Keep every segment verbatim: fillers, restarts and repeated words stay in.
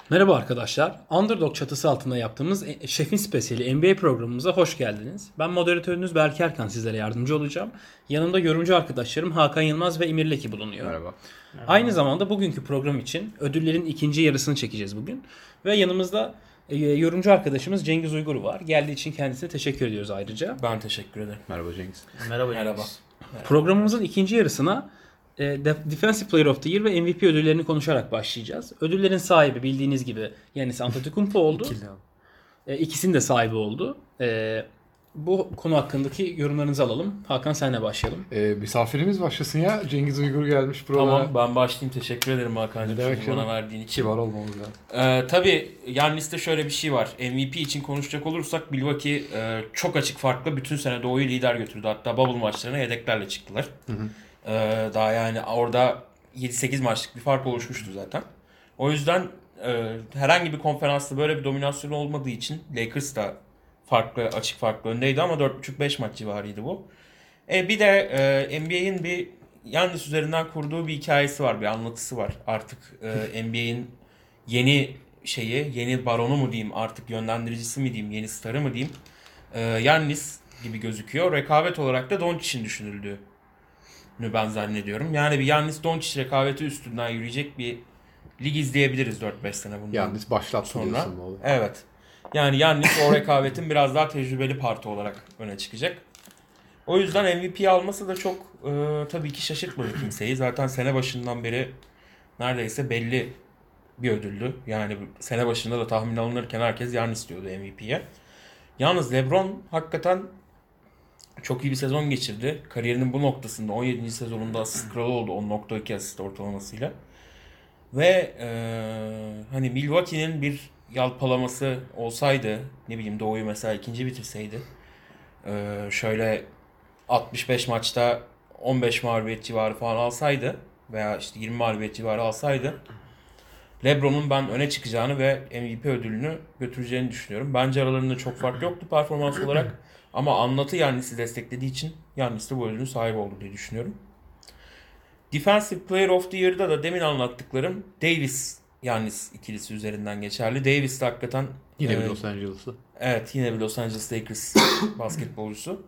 Merhaba arkadaşlar. Underdog çatısı altında yaptığımız Şefin Spesiyeli N B A programımıza hoş geldiniz. Ben moderatörünüz Berk Erkan, sizlere yardımcı olacağım. Yanımda yorumcu arkadaşlarım Hakan Yılmaz ve Emir Leki bulunuyor. Merhaba. Merhaba. Aynı zamanda bugünkü program için ödüllerin ikinci yarısını çekeceğiz bugün. Ve yanımızda e, yorumcu arkadaşımız Cengiz Uygur var. Geldiği için kendisine teşekkür ediyoruz ayrıca. Ben teşekkür ederim. Merhaba Cengiz. Merhaba. Merhaba. Programımızın ikinci yarısına Defensive Player of the Year ve M V P ödüllerini konuşarak başlayacağız. Ödüllerin sahibi bildiğiniz gibi Giannis Antetokounmpo oldu. e, İkisinin de sahibi oldu. E, bu konu hakkındaki yorumlarınızı alalım. Hakan, senle başlayalım. Ee, misafirimiz başlasın ya. Cengiz Uygur gelmiş programına. Tamam, ben başlayayım. Teşekkür ederim Hakan'cığım bana verdiğin için. Kibar olmamız lazım. Ee, tabii Giannis'te şöyle bir şey var. M V P için konuşacak olursak Milwaukee e, çok açık farklı bütün sene Doğu'yu lider götürdü. Hatta bubble maçlarına yedeklerle çıktılar. Hı hı. Ee, daha yani orada yedi sekiz maçlık bir fark oluşmuştu zaten. O yüzden e, herhangi bir konferansta böyle bir dominasyon olmadığı için Lakers da farklı, açık farklı öndeydi ama dört buçuk beş maç civarıydı bu. E, bir de e, N B A'in bir Giannis üzerinden kurduğu bir hikayesi var, bir anlatısı var. Artık e, N B A'in yeni şeyi, yeni baronu mu diyeyim, artık yönlendiricisi mi diyeyim, yeni starı mı diyeyim. E, Giannis gibi gözüküyor. Rekabet olarak da Doncic'in düşünüldüğünü ben zannediyorum. Yani bir Giannis Doncic rekabeti üstünden yürüyecek bir lig izleyebiliriz dört beş sene bundan Giannis başlattı sonra. Diyorsun, evet. Yani Giannis o rekabetin biraz daha tecrübeli parti olarak öne çıkacak. O yüzden M V P alması da çok e, tabii ki şaşırtmadı kimseyi. Zaten sene başından beri neredeyse belli bir ödüldü. Yani sene başında da tahmin alınırken herkes Giannis diyordu M V P'ye. Yalnız LeBron hakikaten çok iyi bir sezon geçirdi. Kariyerinin bu noktasında on yedinci sezonunda asist kralı oldu on nokta iki asist ortalamasıyla. Ve e, hani Milwaukee'nin bir yalpalaması olsaydı, ne bileyim Doğu'yu mesela ikinci bitirseydi, e, şöyle altmış beş maçta on beş mağlubiyet civarı falan alsaydı veya işte yirmi mağlubiyet civarı alsaydı, LeBron'un ben öne çıkacağını ve M V P ödülünü götüreceğini düşünüyorum. Bence aralarında çok fark yoktu performans olarak. Ama anlatı Giannis'i desteklediği için Giannis de bu ödülün sahibi oldu diye düşünüyorum. Defensive Player of the Year'da da demin anlattıklarım Davis Giannis ikilisi üzerinden geçerli. Davis de hakikaten yine e, bir Los Angeles'lı. Evet, yine bir Los Angeles Lakers basketbolcusu.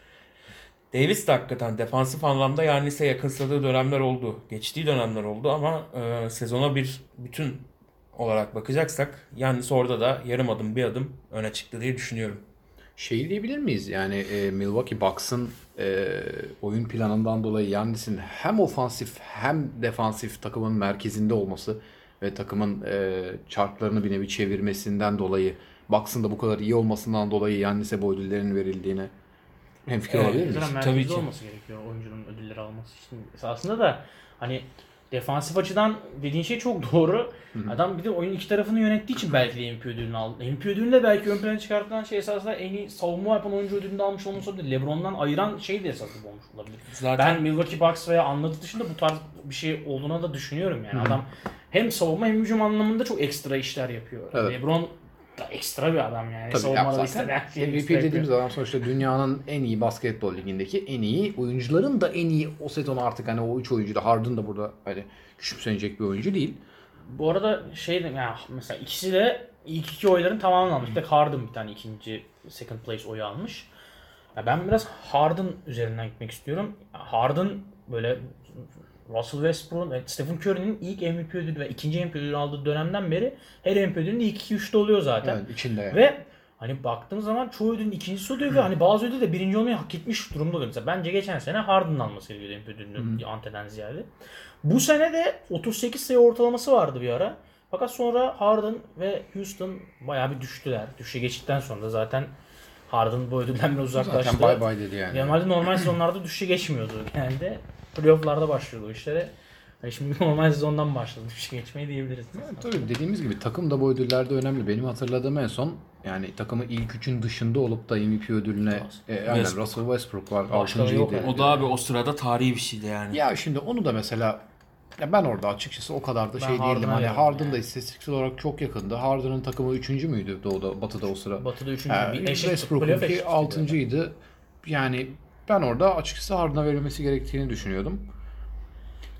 Davis de hakikaten defansif anlamda Giannis'e yakınsadığı dönemler oldu. Geçtiği dönemler oldu ama e, sezona bir bütün olarak bakacaksak Giannis orada da yarım adım bir adım öne çıktı diye düşünüyorum. Şey diyebilir miyiz? Yani e, Milwaukee Bucks'ın e, oyun planından dolayı Giannis'in hem ofansif hem defansif takımın merkezinde olması ve takımın e, çarklarını bir nevi çevirmesinden dolayı, Bucks'ın da bu kadar iyi olmasından dolayı Giannis'e bu ödüllerin verildiğine hemfikir Evet, olabilir miyiz? Tabii ki. Olması gerekiyor oyuncunun ödülleri alması için. Esasında da hani defansif açıdan dediğin şey çok doğru. Hı-hı. Adam bir de oyunun iki tarafını yönettiği için belki de M V P ödülünü aldı. M V P ödülünü de belki ön plana çıkartılan şey esasında en iyi savunma yapan oyuncu ödülünü almış olması olabilir. LeBron'dan ayıran şey de esasında olmuş olabilir. Zaten ben Milwaukee Bucks veya anlatı dışında bu tarz bir şey olduğuna da düşünüyorum yani. Hı-hı. Adam hem savunma hem hücum anlamında çok ekstra işler yapıyor. Evet. LeBron da ekstra bir adam yani. Tabii ya, zaten M V P dediğimiz adam sonuçta dünyanın en iyi basketbol ligindeki en iyi oyuncuların da en iyi o sezon artık hani o üç oyuncu da Harden da burada hani küçümsenecek bir oyuncu değil. Bu arada şey yani mesela ikisi de ilk iki oyların tamamını almış. Bir tek Harden bir tane ikinci second place oyu almış. Ya ben biraz Harden üzerinden gitmek istiyorum. Harden böyle Russell Westbrook'un, Stephen Curry'nin ilk M V P ödülü ve ikinci M V P ödülü aldığı dönemden beri her M V P ödülünün ilk iki üçte oluyor zaten. Evet, içinde yani. Ve hani baktığım zaman çoğu ödülün ikincisi oluyor ve hani bazı ödül de birinci olmayı hak etmiş durumda oluyor. Mesela bence geçen sene Harden'ın alması gerekiyordu M V P ödülünü Ante'den ziyade. Bu sene de otuz sekiz sayı ortalaması vardı bir ara. Fakat sonra Harden ve Houston bayağı bir düştüler. Düşüşe geçtikten sonra da zaten Harden bu ödülden biraz uzaklaştı. Zaten bye bye dedi yani. Normalde normal sezonlarda düşüşe geçmiyordu genelde. Playoff'larda başlıyordu o işlere. Yani şimdi normal sezondan başladı. Düşüşe geçmeyi diyebiliriz. Yani tabii dediğimiz gibi takım da bu ödüllerde önemli. Benim hatırladığım en son yani takımı ilk üçün dışında olup da M V P ödülüne e, aynen Russell Westbrook var. altıncıydı. O da abi o sırada tarihi bir şeydi yani. Ya şimdi onu da mesela ya ben orada açıkçası o kadar da şey ben değildim. Hani Harden yani. Da istatistiksel olarak çok yakındı. Harden'ın takımı üçüncü müydü Doğu'da, Batı'da o sıra? Batı'da üçüncü. Yani Westbrook'unki altıncıydı. Yani ben orada açıkçası Harden'a verilmesi gerektiğini düşünüyordum.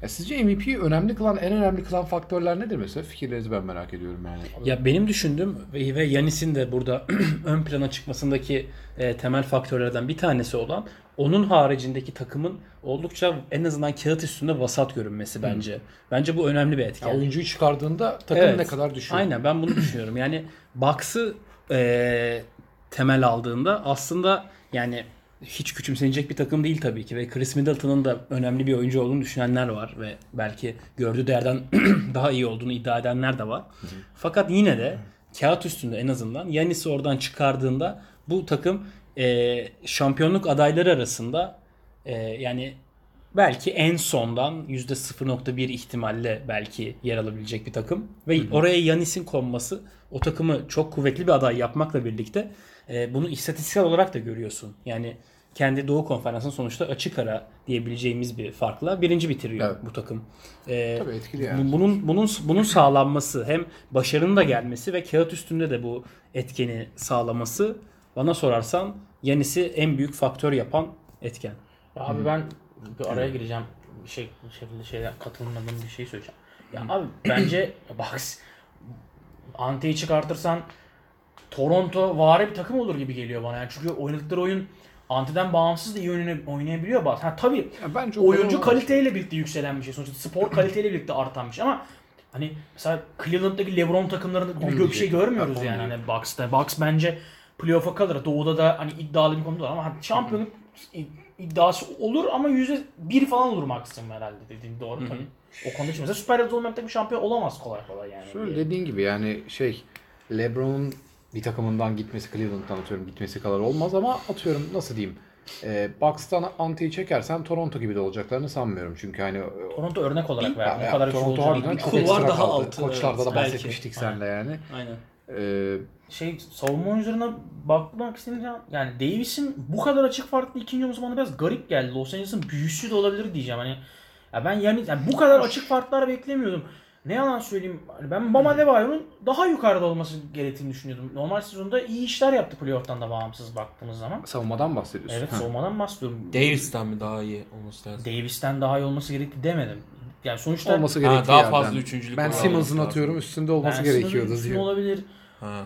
Ya sizce M V P'yi önemli kılan, en önemli kılan faktörler nedir mesela? Fikirlerinizi ben merak ediyorum yani. Ya benim düşündüğüm ve, ve Giannis'in de burada ön plana çıkmasındaki e, temel faktörlerden bir tanesi olan onun haricindeki takımın oldukça en azından kağıt üstünde vasat görünmesi bence. Hmm. Bence bu önemli bir etken. Ya oyuncuyu çıkardığında takım evet. ne kadar düşüyor? Aynen ben bunu düşünüyorum. Yani Bucks'ı e, temel aldığında aslında yani hiç küçümsenecek bir takım değil tabii ki ve Chris Middleton'ın da önemli bir oyuncu olduğunu düşünenler var ve belki gördüğü değerden daha iyi olduğunu iddia edenler de var. Hı hı. Fakat yine de kağıt üstünde en azından Giannis'i oradan çıkardığında bu takım e, şampiyonluk adayları arasında e, yani belki en sondan yüzde sıfır nokta bir ihtimalle belki yer alabilecek bir takım ve hı hı. oraya Giannis'in konması o takımı çok kuvvetli bir aday yapmakla birlikte e, bunu istatistiksel olarak da görüyorsun. Yani kendi Doğu Konferansı'nın sonuçta açık ara diyebileceğimiz bir farkla birinci bitiriyor evet. bu takım. Ee, Tabii etkili yani. Bunun bunun bunun sağlanması hem başarının da gelmesi ve kağıt üstünde de bu etkeni sağlaması bana sorarsan Giannis'i en büyük faktör yapan etken. Ya abi hmm. ben bir araya gireceğim. Bir şey bir şekilde şeyden katılmadığım bir şey söyleyeceğim. Ya abi bence Bucks Ante'yi çıkartırsan Toronto vari bir takım olur gibi geliyor bana. Yani çünkü oynadıkları oyun Ante'den bağımsız da iyi oynayabiliyor bazen. Ha tabii ya bence oyuncu kaliteyle birlikte yükselen bir şey. Sonuçta spor kaliteyle birlikte artan bir şey ama hani mesela Cleveland'daki LeBron takımlarında gibi bir şey görmüyoruz yani. yani hani Bucks'ta. Bucks bence playoff'a kalır. Doğu'da da hani iddialı bir konuda var ama şampiyonluk iddiası olur ama yüzde bir falan olur maksimum herhalde dediğin doğru tabii. O konuda için mesela Süper Yıldız olmayan bir şampiyon olamaz kolay kolay yani. Şöyle dediğin gibi yani şey LeBron'un bir takımından gitmesi, Cleveland'dan atıyorum gitmesi kadar olmaz ama atıyorum nasıl diyeyim e, Bucks'tan Ante'yi çekersen Toronto gibi de olacaklarını sanmıyorum çünkü hani Toronto örnek olarak verdim. Ne kadar Toronto harbiden çok ekstra daha kaldı. Altı, Koçlarda evet, da bahsetmiştik seninle yani. Aynen. Ee, şey savunma oyuncularına bakmak istediğim zaman yani Davis'in bu kadar açık farklı ikinci olması bana biraz garip geldi. Los Angeles'ın büyüsü de olabilir diyeceğim. Hani ya ben yani, yani bu kadar açık farklar beklemiyordum. Ne yalan söyleyeyim. Hani ben Bam Adebayo'nun daha yukarıda olması gerektiğini düşünüyordum. Normal sezonda iyi işler yaptı playoff'tan da bağımsız baktığımız zaman. Savunmadan bahsediyorsun. Evet, savunmadan bahsediyorum. Davis'ten mi daha iyi olması lazım? Davis'ten daha iyi olması gerekti demedim. Yani sonuçta olması gerekiyor. Daha fazla üçüncülük. Ben Simmons'ın atıyorum üstünde olması ben gerekiyordu diyor. diyor. Olabilir. Ha.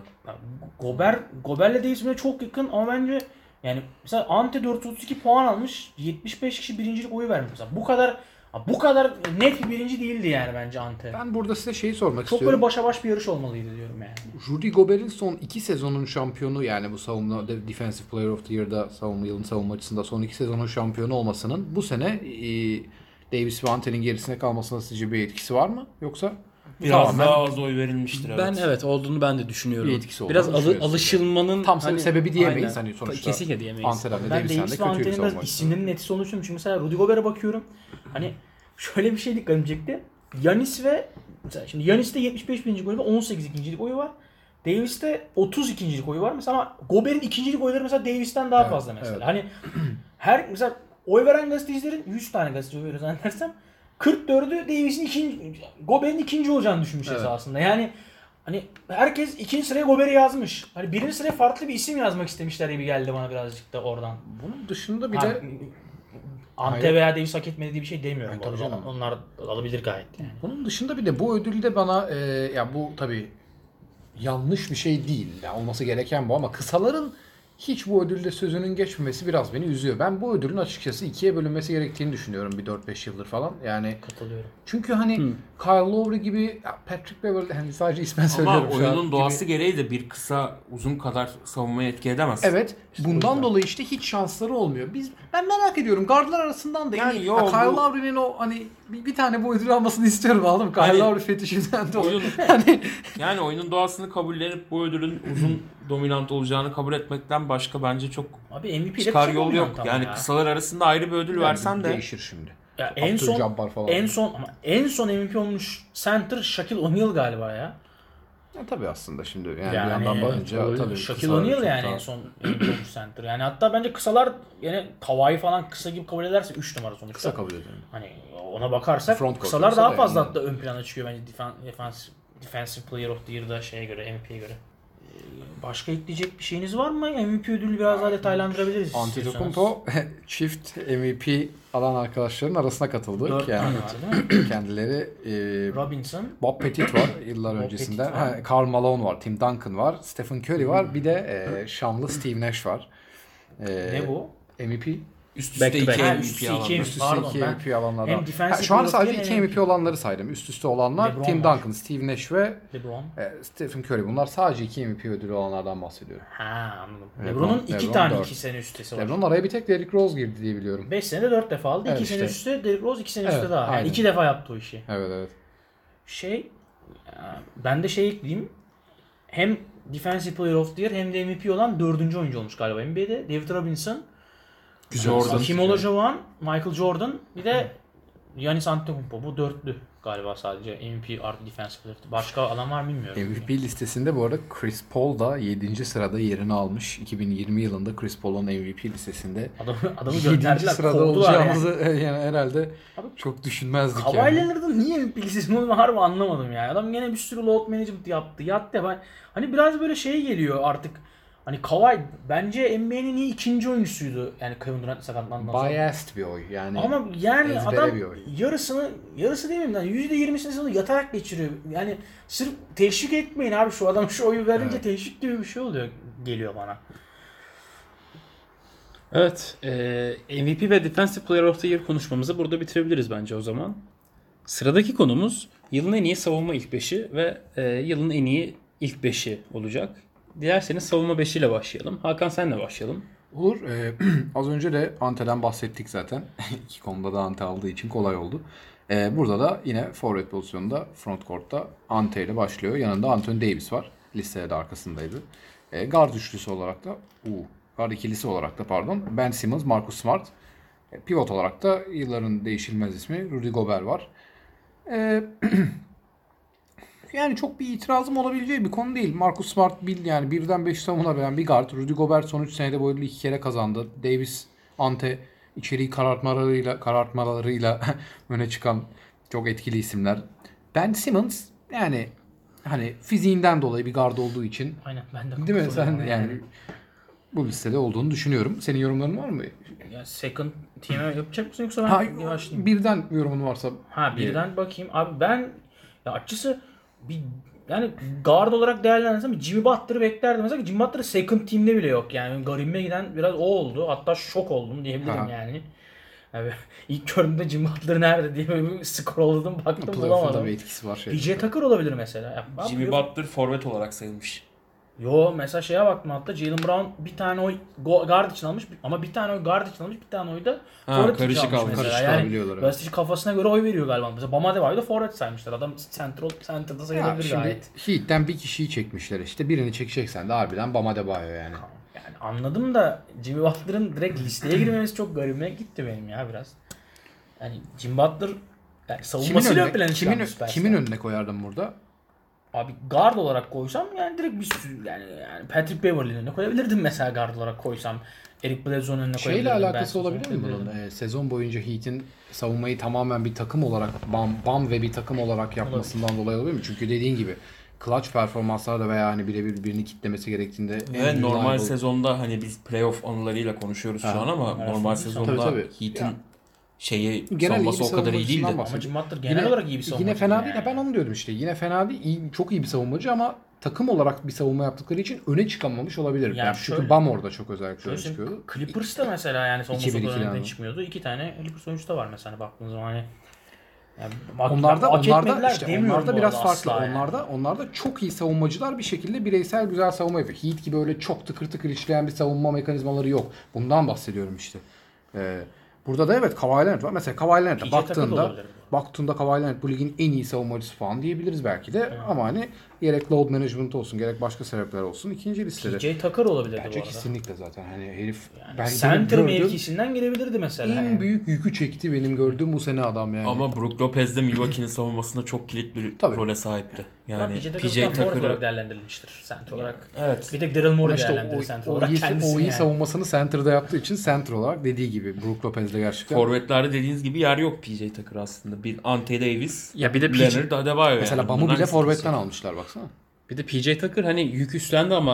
Gober Gober'le Davis'e çok yakın ama bence yani mesela Ante dört yüz otuz iki puan almış. yetmiş beş kişi birincilik oyu vermiş mesela. Bu kadar bu kadar net bir birinci değildi yani bence Ante. Ben burada size şeyi sormak çok istiyorum. Çok böyle başa baş bir yarış olmalıydı diyorum yani. Rudy Gobert'in son iki sezonun şampiyonu yani bu savunma Defensive Player of the Year'da savunma yılın savunma açısından son iki sezonun şampiyonu olmasının bu sene e, Davis ve Ante'nin gerisine kalmasına sizce bir etkisi var mı? Yoksa biraz tamamen daha az oy verilmiştir. Evet. Ben evet olduğunu ben de düşünüyorum. Bir etkisi biraz alı, alışılmanın tam hani, sebebi diyemeyiz hani sonuçta. Kesinlikle diyemeyiz. Ante'den de ben Davis'ten Davis de ve kötü bir Ante'nin isimlerinin etkisi olduğunu düşünüyorum. Çünkü mesela Rudy Gobert'e bakıyorum. Hani şöyle bir şey dikkatimi çekti. Giannis ve mesela şimdi Giannis'te yetmiş beş birinci oyu var, on sekiz ikincilik oyu var. Davis'te otuz ikincilik oyu var. Mesela ama Gobert'in ikincilik oyları mesela Davis'ten daha evet, fazla mesela. Evet. Hani her mesela oy veren gazetecilerin yüz tane gazeteci oy veriyor zannedersem kırk dördü Davis'in ikinci Gobert'in ikinci olacağını düşünmüş evet. esasında. Yani hani herkes ikinci sıraya Gobert'i yazmış. Hani birinci sıraya farklı bir isim yazmak istemişler gibi geldi bana birazcık da oradan. Bunun dışında bir ha, de Ante veya Davis hak etmedi diye bir şey demiyorum. Yani, tabii onlar alabilir gayet yani. Bunun dışında bir de bu ödülde bana e, ya bu tabii yanlış bir şey değil. Yani olması gereken bu ama kısaların hiç bu ödülde sözünün geçmemesi biraz beni üzüyor. Ben bu ödülün açıkçası ikiye bölünmesi gerektiğini düşünüyorum bir dört beş yıldır falan. Yani katılıyorum. Çünkü hani hmm. Kyle Lowry gibi Patrick Beverley hani sadece ismen söylüyorum. Ama oyunun doğası gibi. Gereği de bir kısa uzun kadar savunmaya etki edemez. Evet. İşte bundan dolayı işte hiç şansları olmuyor. Biz ben merak ediyorum. Guardlar arasından da yani yo, Kyle bu... Lowry'nin o hani bir, bir tane bu ödülü almasını istiyorum aldım. Kyle hani, Lowry fetişinden dolayı. Oyun, yani yani oyunun doğasını kabullenip bu ödülün uzun dominant olacağını kabul etmekten başka bence çok abi M V P çıkar yol yok. Yani ya. Kısalar arasında ayrı bir ödül yani versen de değişir şimdi. Ya en son en son ama en son M V P olmuş center Shaquille O'Neal galiba ya. Ya tabii aslında şimdi yani, yani bir yandan bakınca tabii Shaquille O'Neal yani daha... en son M V P olmuş center. Yani hatta bence kısalar yani Kawhi falan kısa gibi kabul ederse üç numara sonuçta. Kısa kabul ediyorum. Hani ona bakarsak Front kısalar daha fazla yani. Hatta ön plana çıkıyor bence defensive, defensive player of the year'da şeye göre M V P'ye göre. başka ekleyecek bir şeyiniz var mı? M V P ödülü biraz daha detaylandırabiliriz istiyorsanız. Antetokounmpo çift M V P alan arkadaşların arasına katıldı. Dört yani tane var değil mi? kendileri e, Robinson. Bob Pettit var yıllar Bob öncesinden. Pettit var. Ha, Karl Malone var, Tim Duncan var, Stephen Curry var. Bir de e, şanlı Steve Nash var. E, Ne bu? M V P. Üst Back üste to iki back. M V Üst P üste iki alanlar. Üst üste Pardon, iki ben M V P alanlardan. hem defensive Ha, şu an player sadece diye iki hem M V P olanları saydım. Üst üste olanlar LeBron Tim var. Duncan, Steve Nash ve LeBron. e, Stephen Curry. Bunlar sadece iki M V P ödülü olanlardan bahsediyorum. Ha anladım. LeBron- LeBron'un iki LeBron tane dört. iki sene üstesi var. LeBron araya bir tek Derrick Rose girdi diye biliyorum. beş senede dört defa aldı. Evet iki sene işte. üstte Derrick Rose iki sene Evet, üstte daha. Yani aynen. iki defa yaptı o işi. Evet evet. Şey ben de şey ekleyeyim. Hem Defensive Player of the Year hem de M V P olan dördüncü oyuncu olmuş galiba N B A'de. David Robinson, Jordan. Hakeem Olajuwon, Michael Jordan bir de Giannis Antetokounmpo. Bu dörtlü galiba sadece M V P artı Defensive Player. Başka alan var mı bilmiyorum. M V P listesinde bu arada Chris Paul da yedinci sırada yerini almış. iki bin yirmi yılında Chris Paul'un M V P listesinde Adamı, adamı yedinci gönderdiler. sırada Kovdular yani. olacağımızı yani herhalde Abi, çok düşünmezdik Kawhi yani. Leonard'ın niye M V P listesinde olduğunu harbi anlamadım ya. Adam gene bir sürü load management yaptı. Yattı. Ben, hani biraz böyle şey geliyor artık. Hani Kawhi bence N B A'nin iyi ikinci oyuncusuydu. Yani Kevin Durant sakatlandıktan sonra. Biased bir oy yani. Ama yani ezbere adam bir oy. yarısını, yarısı değil mi? Yani yüzde yirmisini sezonu yatarak geçiriyor. Yani sırf teşvik etmeyin abi şu adam şu oyu verince Evet. teşvik gibi bir şey oluyor geliyor bana. Evet. E, M V P ve Defensive Player of the Year konuşmamızı burada bitirebiliriz bence o zaman. Sıradaki konumuz yılın en iyi savunma ilk beşi ve e, yılın en iyi ilk beşi olacak. Dilerseniz savunma beşiyle başlayalım. Hakan senle başlayalım. Olur. Ee, az önce de Ante'den bahsettik zaten. İki konuda da Ante aldığı için kolay oldu. Ee, burada da yine forvet pozisyonunda front court'ta Ante ile başlıyor. Yanında Anthony Davis var. Listede de arkasındaydı. Ee, guard üçlüsü olarak da uu, guard ikilisi olarak da pardon Ben Simmons, Marcus Smart. Ee, pivot olarak da yılların değişilmez ismi Rudy Gobert var. Ee, Yani çok bir itirazım olabileceği bir konu değil. Marcus Smart bir, yani birden beş savunabilen bir guard. Rudy Gobert son üç senede boyunca iki kere kazandı. Davis, Ante içeriği karartmalarıyla karartmalarıyla öne çıkan çok etkili isimler. Ben Simmons yani hani fiziğinden dolayı bir guard olduğu için Aynen ben de değil mi? Sen katılıyorum yani bu listede olduğunu düşünüyorum. Senin yorumların var mı? Ya second team'e yapacak mısın yoksa ben Ha, yavaşlayayım? birden yorumun varsa. Ha birden bakayım. Abi ben ya açıkçası bir yani guard olarak değerlendirsem Jimmy Butler'ı beklerdim. Mesela Jimmy Butler'ı second team'de bile yok. Yani garibime giden biraz o oldu. Hatta şok oldum diyebilirim Ha. yani. Yani ilk gördüğümde Jimmy Butler nerede diye böyle bir scrolladım baktım Playoff'un da bulamadım. bir etkisi var. Şey. P J Tucker olabilir mesela. Ya, abi Jimmy yok. Butler forvet olarak sayılmış. Yo mesela şeye baktım hatta Jaylen Brown bir tane oy go- guard için almış ama bir tane oy guard için almış bir tane oy da Ha, forvet için karışık almış almış. mesela. Karışık Yani alabiliyorlar, evet. gazeteci kafasına göre oy veriyor galiba. Mesela Bam Adebayo'yu da forvet saymışlar. Adam central center'da Ya sayılabilir şimdi gayet. Heat'ten bir kişiyi çekmişler işte. Birini çekeceksen de harbiden Bam Adebayo yani. Yani anladım da Jimmy Butler'ın direkt listeye girmemesi çok garibime gitti benim ya biraz. Yani Jimmy Butler yani Kimin savunmasıyla ön önüne, plana kimin, çıkarmış Süperstar. kimin önüne koyardın burada? Abi guard olarak koysam yani direkt bir sürü yani, yani Patrick Beverley'in önüne koyabilirdim mesela guard olarak koysam. Eric Bledsoe'nun önüne Şeyle koyabilirdim. alakası Ben olabilir mi bunun? koyabilirdim. Ee, sezon boyunca Heat'in savunmayı tamamen bir takım olarak bam, bam ve bir takım olarak yapmasından dolayı olabilir mi? Çünkü dediğin gibi clutch performanslarda veya hani birebir birini kitlemesi gerektiğinde Evet, normal reliable- sezonda hani biz playoff anılarıyla konuşuyoruz Ha. şu an ama Evet, normal tabii, sezonda tabii. Heat'in Ya. şeyi Genel savunması iyi bir o kadar iyi savunmacısından değildi. bahsediyorum. Ama Jimmy Butler genel Yine- olarak iyi bir savunmacı. Yine fena değil. yani. Ben onu diyordum işte. Yine fena değil. İyi, çok iyi bir savunmacı ama takım olarak bir savunma yaptıkları için öne çıkamamış olabilir. Yani Yani şöyle- çünkü Bam orada çok özellikle Şöyle öne çıkıyordu. söyleyeyim, Clippers'ta mesela yani savunma iki bir iki sokularından yani. çıkmıyordu. İki tane Clippers oyuncusu da var mesela baktığınız zaman hani. Yani bak- Onlarda hak onlarda etmediler işte demiyorum onlarda bu biraz arada farklı. asla yani. Onlarda onlarda çok iyi savunmacılar bir şekilde bireysel güzel savunma yapıyor. Heat gibi öyle çok tıkır tıkır işleyen bir savunma mekanizmaları yok. Bundan bahsediyorum işte. Ee, burada da evet Kawhi Leonard var. Mesela Kawhi Leonard'a P J Tucker da baktığında olabilir baktığında Kawhi Leonard bu ligin en iyi savunmacısı falan diyebiliriz belki de. Ama hani gerek load management olsun gerek başka sebepler olsun ikinci listede. P J Tucker olabilirdi Bence bu arada. kesinlikle zaten hani herif Yani ben center benim gördüğüm mevkisinden gelebilirdi mesela. en yani. büyük yükü çekti benim gördüğüm bu sene adam yani. Ama Brook Lopez de Milwaukee'nin savunmasında çok kilit bir Tabii. role sahipti. Yani Yani P J P J Tucker forvet olarak Tucker'ı değerlendirilmiştir center olarak. evet. Bir tek Daryl Morey Ama işte değerlendirir o, center o, olarak iyi, kendisini o iyi yani. savunmasını center'da yaptığı için center olarak dediği gibi Brook Lopez'de gerçekten. Forvetlerde dediğiniz gibi yer yok P J Tucker aslında. Bir Ante Davis, Ya bir de P J Leonard Adebayo Mesela yani. Bam'ı Bunların bile hangisi forvetten kesin? almışlar baksana. Bir de P J Tucker hani yük üstlendi ama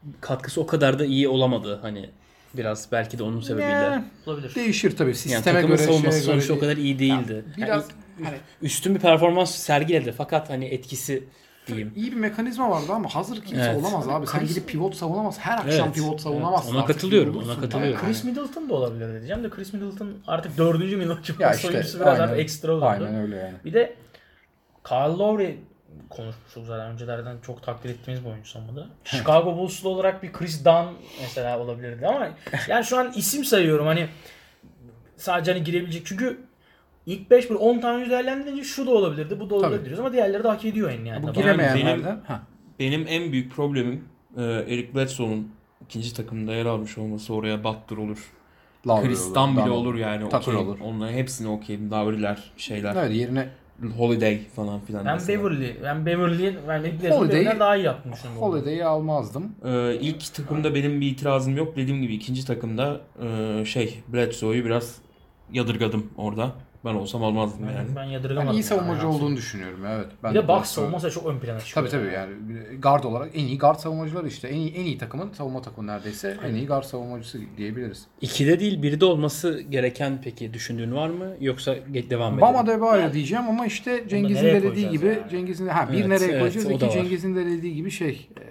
katkısı o kadar da iyi olamadı. Hani biraz belki de onun sebebiyle. Yani, olabilir. değişir tabii. Yani Sisteme takımın göre savunması şeye sonuçta göre- o kadar iyi değildi. Yani biraz Yani hani üstün bir performans sergiledi fakat hani etkisi diyeyim. iyi bir mekanizma vardı ama hazır kimse Evet. olamaz abi. Sen Chris- gidip pivot savunamaz. Her akşam Evet, pivot savunamazsın. evet. Ona Artık katılıyorum, yorulursun ona yani. katılıyorum. Chris Middleton da olabilir diyeceğim de Chris Middleton artık dördüncü Milwaukee Ya Bucks işte, oyuncusu biraz aynen. artık ekstra oldu. Aynen öyle yani. Bir de Kyle Lowry konuşmuştuk zaten öncelerden çok takdir ettiğimiz bir oyuncu savunmada. Chicago Bulls'lu olarak bir Chris Dunn mesela olabilirdi ama yani şu an isim sayıyorum hani sadece hani girebilecek çünkü ilk beş bir on tane oyuncu değerlendirince şu da olabilirdi bu da olabilir diyoruz ama diğerleri de hak ediyor yani. yani Bu Tabii. giremeyenlerden. Ha. Benim en büyük problemim e, Eric Bledsoe'nun ikinci takımda yer almış olması. Oraya Butler olur. Lowry Kristan olur, bile Dunn olur yani. Tucker Okey. olur. Onların hepsini okeyim. Davriler, şeyler. Evet yerine Holiday falan filan. Ben mesela. Beverly, ben Beverly'yi ben Bledsoe'yu Holiday'i- daha iyi yaptım düşünüyorum. Holiday'i almazdım. Ee, ilk takımda benim bir itirazım yok. Dediğim gibi ikinci takımda e, şey Bledsoe'yu biraz yadırgadım orada. Ben olsam almazdım yani. Ben, ben yadırgamadım. Ben iyi yani. savunmacı olduğunu düşünüyorum. Evet. Ben Bir de Bucks Bledsoe- savunması çok ön plana çıkıyor. Tabii tabii yani guard olarak en iyi guard savunmacıları işte. En iyi, en iyi takımın savunma takımı neredeyse en iyi guard savunmacısı diyebiliriz. İkide değil birde olması gereken peki düşündüğün var mı? Yoksa ge- devam edelim? Bama Debayo diyeceğim ama işte Cengiz'in nereye de dediği koyacağız gibi yani? Cengiz'in ha bir Evet, nereye evet, koyacağız o iki da var. Cengiz'in de dediği gibi şey e,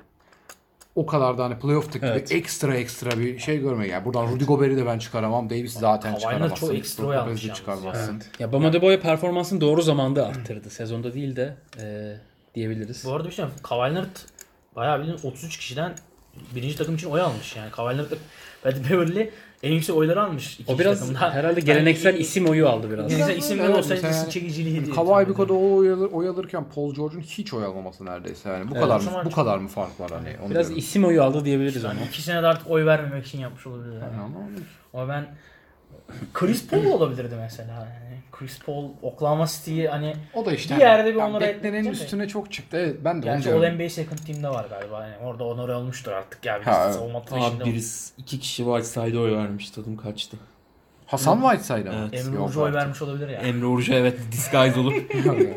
o kadar da hani playoff'taki gibi Evet. ekstra ekstra bir şey görmeyin. Yani buradan Rudy Gobert'i de ben çıkaramam. Davis zaten Kawhi'ler çıkaramazsın. çok ekstra Brook oynamış Lopez'i yalnız çıkarmazsın. Ya Bama Debayo performansını doğru zamanda arttırdı. Sezonda değil de e, diyebiliriz. Bu arada bir şey diyeyim. Kawhi Leonard bayağı bildiğin otuz üç kişiden birinci takım için oy almış yani. Kawhi Leonard Pat Beverly en yüksek oyları almış ikinci O biraz takımda. herhalde geleneksel Yani, isim oyu aldı biraz. Geleneksel Biraz isim öyle, ve evet, Los mesela Angeles'ın yani çekiciliği diye. Kawhi Biko'da o oy, alır, oy alırken Paul George'un hiç oy almaması neredeyse. Yani bu Evet. kadar O zaman bu çok- kadar mı fark var hani? Onu Biraz diyorum. isim oyu aldı diyebiliriz ona. Yani iki sene de artık oy vermemek için yapmış olabilir. Yani. Yani anlamadım. Ama ben Chris Paul olabilirdi mesela. Yani Chris Paul Oklahoma City'yi hani O da işte Bir yerde bir yani onlara beklenenin etmeyecek üstüne çok çıktı. Evet ben de onu gerçi diyorum. All N B A Second Team'de var galiba. Yani orada onore olmuştur artık ya. Bir Ha, evet. savunma Abi tıraşında. birisi iki kişi Whiteside'e oy vermiş. Tadım kaçtı. Hasan Whiteside ama. Evet. Emre Yok Ucu oy artık. vermiş olabilir yani. Emre Oruç'a evet disguise olup.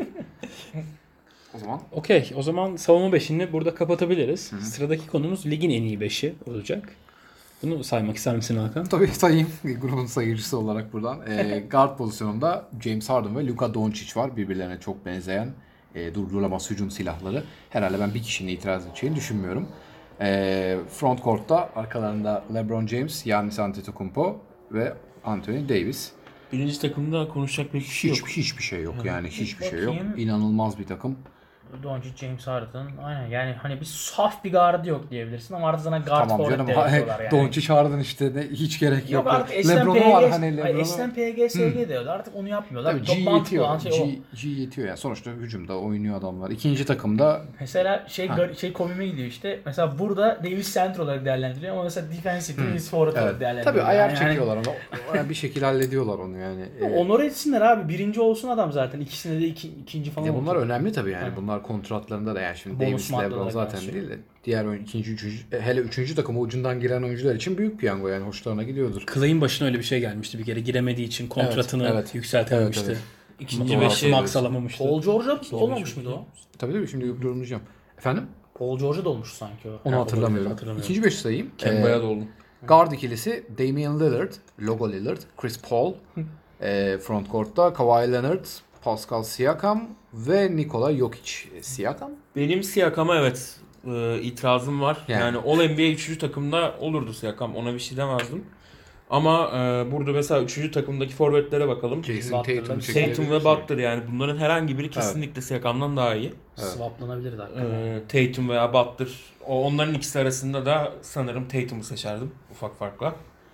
O zaman Okey, o zaman savunma beşini burada kapatabiliriz. Sıradaki konumuz ligin en iyi beşi olacak. Bunu saymak ister misin Hakan? tabii sayayım grubun sayıcısı olarak buradan. Ee, guard pozisyonunda James Harden ve Luka Doncic var. Birbirlerine çok benzeyen e, durdurulamaz hücum silahları. Herhalde ben bir kişinin itiraz edeceğini düşünmüyorum. Ee, front court'ta arkalarında LeBron James, Giannis Antetokounmpo ve Anthony Davis. Birinci takımda konuşacak pek bir şey Hiç, yok. hiçbir şey yok yani hiçbir şey yok. Bakayım. İnanılmaz bir takım. Doncic, James Harden. Aynen yani hani bir saf bir gardı yok diyebilirsin ama artık sana guard Tamam forward canım. diyorlar yani. Doncic Harden işte de hiç gerek yok. Yok artık eskiden LeBron'u var P G, hani Ay, LeBron'u. eskiden P G S G diyordu. Artık onu yapmıyorlar. Tabii Çok G mantıklı olan yetiyor. şey o. G, G yetiyor yani. Sonuçta hücumda oynuyor adamlar. İkinci takımda Mesela şey gar- şey komime gidiyor işte. Mesela burada Davis center olarak değerlendiriyor ama mesela defensive Davis forward olarak evet. değerlendiriyor. Tabii ayar Yani çekiyorlar onu. O- bir şekilde hallediyorlar onu yani. hani- Ee, Onore etsinler abi. Birinci olsun adam zaten. İkisinde de iki, ikinci falan ya bunlar olacak. önemli tabii yani. Evet. Bunlar kontratlarında da yani şimdi Bonus Davis, maddeler LeBron zaten karşı. değil de diğer oyun, ikinci, üçüncü, hele üçüncü takıma ucundan giren oyuncular için büyük piyango yani hoşlarına gidiyordur. Clay'in başına öyle bir şey gelmişti bir kere. Giremediği için kontratını Evet, evet. yükseltememişti. Evet, İkinci Doğru. beşe Max alamamıştı. Paul George'a olmamış mıydı o? Tabii tabii şimdi yorumlayacağım. Efendim? Paul George'a da olmuş sanki o. Onu Ha, hatırlamıyorum. hatırlamıyorum. İkinci beşi sayayım. Kemba'ya Ee, da oldu. Guard ikilisi Damian Lillard, Logo Lillard, Chris Paul. e, front court'ta Kawhi Leonard, Pascal Siakam ve Nikola Jokic. E, Siakam? Benim Siakam'a evet e, itirazım var. Yani. Yani, All N B A üçüncü takımda olurdu Siakam. Ona bir şey demezdim. Ama e, burada mesela üçüncü takımdaki forvetlere bakalım. Jason Butler'la Tatum. bir çekilebilir Tatum ve şey. Butler yani bunların herhangi biri kesinlikle Siakam'dan daha iyi. Swaplanabilir zaten. E, Tatum veya Butler. O, onların ikisi arasında da sanırım Tatum'u seçerdim ufak farkla.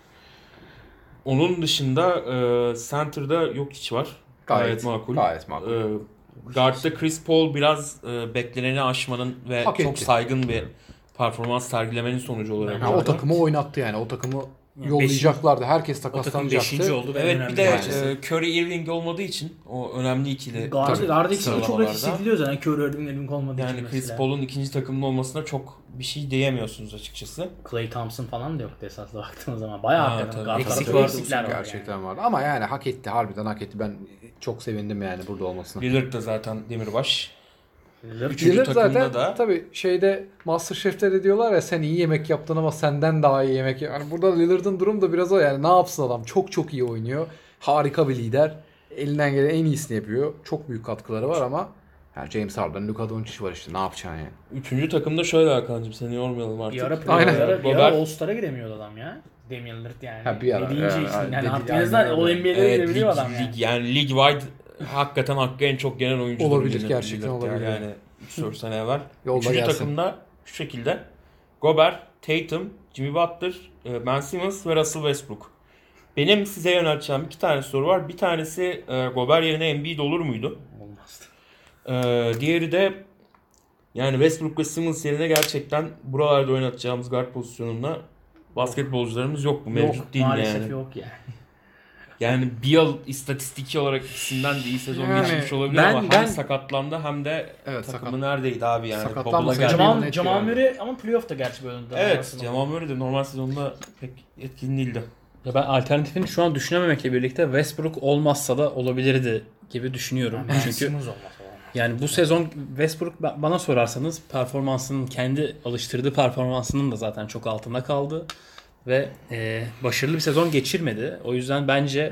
Onun dışında e, center'da Jokic var. Gayet, Gayet makul. Gayet makul. E, Guard'da Chris Paul biraz e, bekleneni aşmanın ve Hak çok etti. saygın bir performans sergilemenin sonucu olarak. Ha, o vardı. takımı oynattı yani. O takımı yollayacaklardı. Herkes O takım takaslanacaktı. beşinci oldu ve en Evet önemli bir de parçası. e, Curry Irving olmadığı için o önemli ikili. Guard, Tabii, guard ikisi de çok net sıralamalarda. hissediliyor zaten. Curry Irving Irving olmadığı için Yani mesela. Chris Paul'un ikinci takımda olmasına çok bir şey diyemiyorsunuz açıkçası. Clay Thompson falan da yoktu esasında baktığınız zaman. Bayağı Ha, hakikaten tabii. guard Eksik tarafı vardı. eksikler var Gerçekten yani. vardı. Ama yani hak etti. Harbiden hak etti. Ben çok sevindim yani burada olmasına. Lillard da zaten demirbaş. Üçüncü Lillard takımda zaten da tabii şeyde MasterChef'te de diyorlar ya sen iyi yemek yaptın ama senden daha iyi yemek yap. Yani burada Lillard'ın durumu da biraz o yani ne yapsın adam çok çok iyi oynuyor. Harika bir lider. Elinden gelen en iyisini yapıyor. Çok büyük katkıları var ama yani James Harden, Luka Doncic var işte ne yapacaksın yani. üçüncü takımda şöyle Hakan'cığım seni yormayalım artık. Bir ara, Aynen. bir ara, bir Gobert- ara All-Star'a giremiyordu adam ya. Damian Lillard yani. Ha, bir ara, Dediğince yani, işte, yani, yani dedi- artık aynen en azından öyle. All N B A'lere Evet, girebiliyor lig, adam yani. lig, yani league wide hakikaten hakkı en çok gelen oyuncu. Olabilir, gerçekten olabilir. Yani üç dört sene evvel. Yolda Üçüncü gelsin. takımda şu şekilde Gobert, Tatum, Jimmy Butler, Ben Simmons ve Russell Westbrook. Benim size yönelteceğim iki tane soru var. Bir tanesi e, Gobert yerine Embiid olur muydu? Olmazdı. E, diğeri de yani Westbrook ve Simmons yerine gerçekten buralarda oynatacağımız guard pozisyonunda basketbolcularımız yok mu? Mevcut Yok, değil mi maalesef yani? yok yani. Yani bir yıl istatistiki olarak ikisinden de iyi sezon Yani geçirmiş olabilir ben- ama hem ben- sakatlandı hem de Evet, takımı sakat- neredeydi abi yani. sakatlanmasa Bubble'a geldi. Jamal- Jamal, net Jamal yani. Murray ama playoff'ta gerçi bölümde. Evet, Jamal Murray de normal sezonda pek etkin değildi. Ya ben alternatifini şu an düşünememekle birlikte Westbrook olmazsa da olabilirdi gibi düşünüyorum. Yani Çünkü Simmons olmaz o. yani bu sezon Westbrook ba- bana sorarsanız performansının kendi alıştırdığı performansının da zaten çok altında kaldı ve e, başarılı bir sezon geçirmedi. O yüzden bence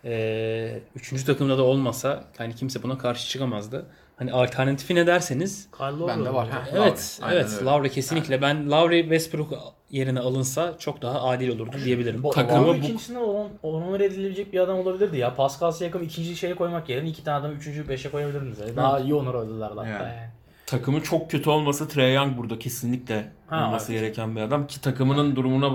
e, üçüncü takımda da olmasa yani kimse buna karşı çıkamazdı. Hani alternatifi ne derseniz Kyle Lowry Bende var. olabilir. Ha. evet Lowry, aynen evet öyle. Lowry kesinlikle ben Lowry Westbrook yerine alınsa çok daha adil olurdu diyebilirim. Bu Takımı takımı bu- ikincisinde on, onur edilebilecek bir adam olabilirdi ya. Pascal Siakam ikinci şeye koymak yerine iki tane adamı üçüncü beşe koyabilirdiniz. Yani. Daha iyi onur ödüllerdi hatta Yani. yani. Takımı çok kötü olmasa Trae Young burada kesinlikle Ha, olması evet. gereken bir adam ki takımının durumuna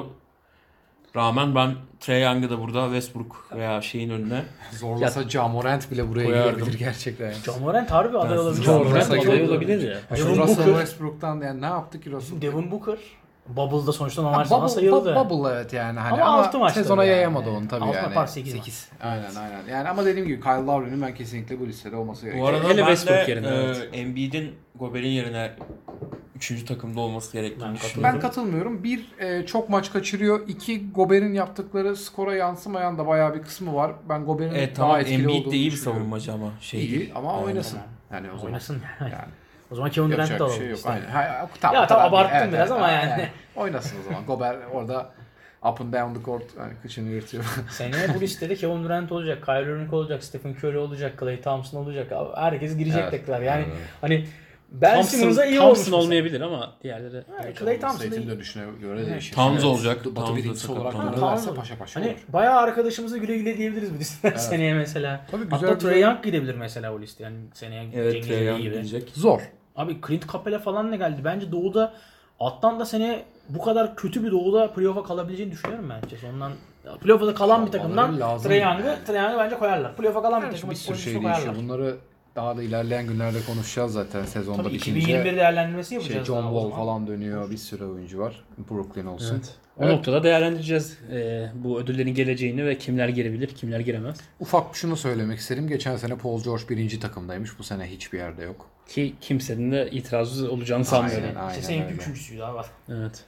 rağmen ben Trae Young'ı da burada Westbrook veya şeyin önüne Zorlasa Ja Morant bile buraya Koyardım. girebilir gerçekten. Yani. Ja Morant harbi aday Ben olabilir. Ja Zorlasa Morant girebilir. aday olabilir ya. Ya şu Devin Russell Booker- Westbrook'tan yani ne yaptı ki Russell? Devin Booker Bubble'da sonuçta normal Ha, sezon bubble, sayıldı. bu- bubble evet yani hani Ama ama, altı maçta sezona yani. yayamadı onu tabii Altı yani. par sekiz maç. sekiz. Aynen aynen. Yani ama dediğim gibi Kyle Lowry'nin ben kesinlikle bu listede olması gerekiyor. bu arada Hele ben Westbrook de yerine, e, evet. Embiid'in Gobert'in yerine üçüncü takımda olması gerektiğini Ben düşünüyorum. Ben katılmıyorum. Bir, e, çok maç kaçırıyor. İki, Gobert'in yaptıkları skora yansımayan da bayağı bir kısmı var. Ben Gobert'in Evet daha tamam, etkili Embiid olduğunu de iyi bir düşünüyorum. savunmacı ama şey İyi değil. ama Yani oynasın. Tamam. Yani o zaman. Oynasın yani. Yani. O zaman Kevin Durant'ı da Yapacak bir alalım şey yok. işte. Aynen. Ha, tamam, Ya o tamam, kadar değil. abarttım biraz ama yani. Oynasın o zaman. Gober orada up and down the court hani kıçını yırtıyor. Seneye bu listede Kevin Durant olacak, Kyrie Irving olacak, Stephen Curry olacak, Klay Thompson olacak. Abi herkes girecek Evet. tekrar. Yani Evet. hani Ben Thompson, Simmons'a iyi Thompson olmuş mesela. olmayabilir ama diğerleri. Evet, Klay Thompson da Slate'in iyi. dönüşüne göre değişir. Towns Evet. olacak. Batı Towns da birincisi olarak sakatlandı. dönerlerse Towns- paşa paşa Hani olur. bayağı arkadaşımıza güle güle diyebiliriz bu listeden Evet. seneye mesela. Tabii güzel Hatta güzel. Trae Young gidebilir mesela o liste. Yani seneye Evet, Cengiz Trae dediği Young gibi. gidecek. Zor. Abi Clint Capela falan ne geldi? Bence Doğu'da Atlanta seneye bu kadar kötü bir Doğu'da playoff'a kalabileceğini düşünüyorum bence. Ondan playoff'a da kalan bir Kalmaları takımdan lazım Trae Young'ı yani. Trae Young'ı bence koyarlar. Playoff'a kalan bir Yani takımın bir sürü oyuncusu şey koyarlar. değişiyor. Bunları daha da ilerleyen günlerde konuşacağız zaten sezonda Tabii bitince. iki bin yirmi bir değerlendirmesi Şey, yapacağız. John daha o Wall zaman. falan dönüyor. Bir sürü oyuncu var. Brooklyn olsun. Evet. O Evet. noktada değerlendireceğiz e, bu ödüllerin geleceğini ve kimler girebilir, kimler giremez. Ufak şunu söylemek isterim. Geçen sene Paul George birinci takımdaymış. Bu sene hiçbir yerde yok. Ki kimsenin de itirazı olacağını sanmıyorum. Aynen, İşte seninki öyle. üçüncüsüydü abi. Evet.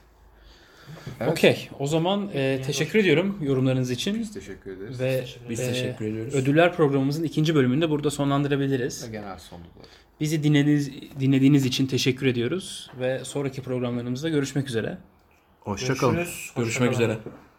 Evet. Okey. O zaman e, teşekkür ediyorum yorumlarınız için. Biz teşekkür ederiz. Ve Biz e, teşekkür ediyoruz. ödüller programımızın ikinci bölümünde burada sonlandırabiliriz. Genel sonunda. Bizi dinlediğiniz, dinlediğiniz için teşekkür ediyoruz ve sonraki programlarımızda görüşmek üzere. Hoşçakalın. Görüşmek üzere.